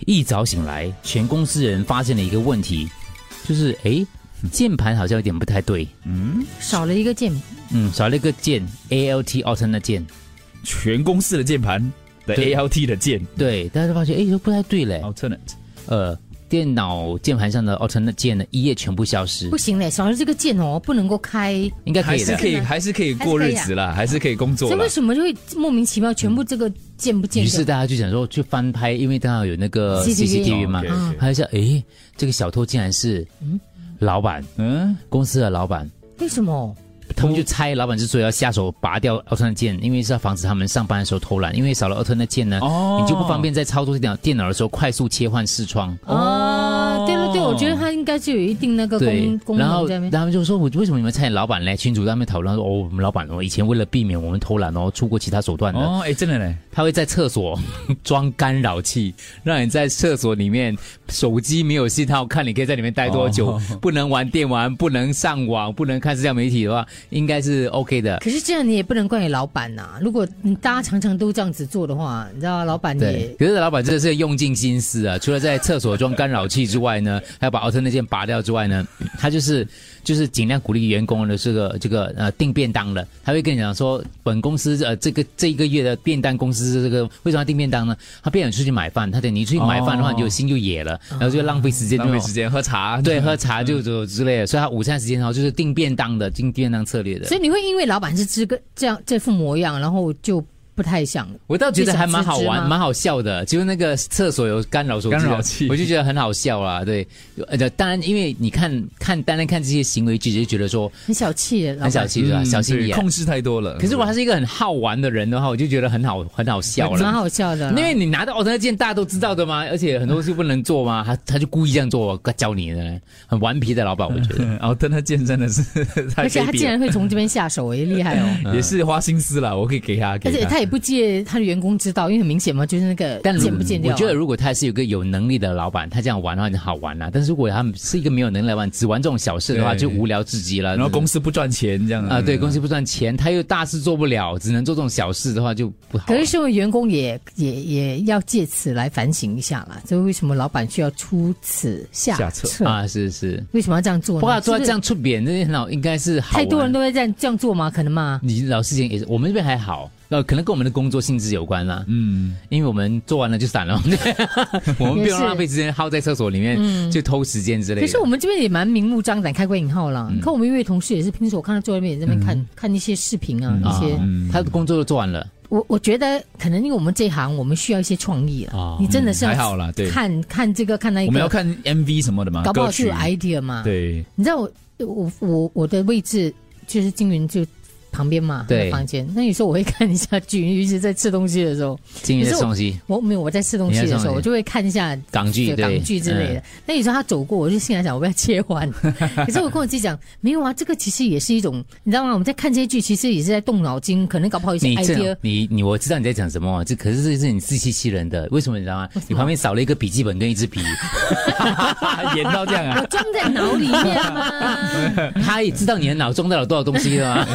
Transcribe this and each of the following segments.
一早醒来，全公司人发现了一个问题，就是键盘好像有点不太对， 少了一个键， 少了一个键 ALT alternate 的键， 全公司的键盘的 ALT 的键， 对，大家就发现都不太对嘞 alternate， 电脑键盘上的 alternate 键呢，一页全部消失， 不行嘞，少了这个键不能够开， 应该可以的， 还是可以过日子啦，还是可以工作啦。 所以为什么就会莫名其妙全部这个键不见？ 于是大家就想说去翻拍，因为刚好有那个 CCTV 嘛，他就想这个小偷竟然是老板，公司的老板， 为什么？ 他们就猜老板之所以要下手拔掉 alternate 键，因为是要防止他们上班的时候偷懒，因为少了 alternate 键呢，你就不方便在操作电脑的时候快速切换视窗。 对，我觉得他应该是有一定那个功能在那边。 然后他们就说，为什么你们猜老板呢？群主在那边讨论说，我们老板以前为了避免我们偷懒出过其他手段的。 真的嘞， 他会在厕所装干扰器，让你在厕所里面手机没有信号，看你可以在里面待多久，不能玩电玩，不能上网，不能看社交媒体的话，应该是 OK 的。 可是这样你也不能怪你老板呐，如果大家常常都这样子做的话，你知道老板也…… 可是老板真的是用尽心思啊！除了在厕所装干扰器之外呢，还要把 alternate 键拔掉之外呢，他就是尽量鼓励员工的这个订便当的，他会跟你讲说，本公司这一个月的便当公司这个为什么要订便当呢？他不想出去买饭，你出去买饭的话，你就心就野了，然后就浪费时间， 喝茶， 对，喝茶就之类的，所以他午餐时间就是订便当策略的。 所以你会因为老板是这副模样，然后就不太想。 我倒觉得还蛮好玩，蛮好笑的。就是那个厕所有干扰器，我就觉得很好笑啦。对，当然，因为你单看这些行为，就觉得说很小气， 很小气是吧？小心眼， 控制太多了。 可是如果他是一个很好玩的人的话，我就觉得很好笑了， 蛮好笑的。 因为你拿到alternate键，大家都知道的嘛，而且很多事不能做嘛，他就故意这样做，教你的，很顽皮的老板，我觉得。 alternate键真的是， 而且他竟然会从这边下手，也厉害哦。 也是花心思啦，我可以给他。 而且他也不介他的员工知道，因为很明显嘛，就是那个键不见掉。 我觉得如果他是有个有能力的老板，他这样玩的话就好玩啦。但是如果他们是一个没有能力的老板，只玩这种小事的话，就无聊至极了。 然后公司不赚钱这样对，公司不赚钱，他又大事做不了，只能做这种小事的话就不好。 可是身为员工也要借此来反省一下啦，就为什么老板需要出此下策啊？是为什么要这样做呢？ 不过做这样出扁，这很好，应该是好玩。 太多人都会这样做吗？可能吗？ 你老实讲也是，我们这边还好。可能跟我们的工作性质有关啦，因为我们做完了就散了，我们不用浪费时间耗在厕所里面，就偷时间之类的。 可是我们这边也蛮明目张胆，开过引号啦。看我们一位同事也是，平时我看他坐在那边也在那边看一些视频啊，一些他的工作都做完了。 我觉得可能因为我们这一行，我们需要一些创意了。你真的是还好啦，对， 看这个看那个， 我们要看 MV 什么的嘛， 搞不好是有 idea 嘛。 对， 你知道我的位置就是金云就旁边嘛，对，房间。那有时候我会看一下剧，尤其是在吃东西的时候。 金鱼在吃东西？ 我在吃东西的时候，我就会看一下港剧之类的。那有时候他走过，我就心来想，我不要切换。可是我跟我自己讲，没有啊，这个其实也是一种，你知道吗？我们在看这些剧，其实也是在动脑筋，可能搞不好一些 idea。 我知道你在讲什么，可是这是你自欺欺人的。为什么你知道吗？你旁边少了一个笔记本跟一支笔， 演到这样啊？ 我装在脑里面嘛。 他也知道你的脑装到了多少东西了吗？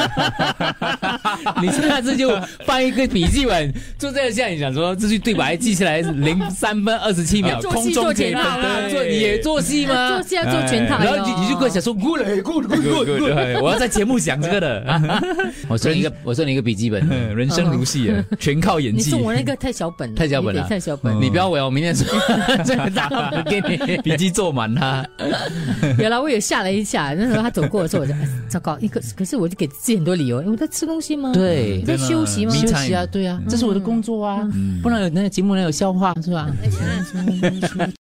你下次就放一个笔记本，坐在下，你想说这句对白记下来03分27秒， 空中全套， 你也做戏吗？ 做戏要做全套， 然后你就跟我想说 good， 我要在节目讲这个的。我送你一个笔记本， 人生如戏啊，全靠演技。 你送我那个太小本了，太小本， 你不要我明天说这个大本给你笔记做满它。 原来我也吓了一下，那时候他走过的时候，我就糟糕，可是我就给自己很多理由，我在吃东西吗？ 对， 你在休息吗？ 休息啊，对啊，这是我的工作啊，不然有那个节目能有笑话是吧？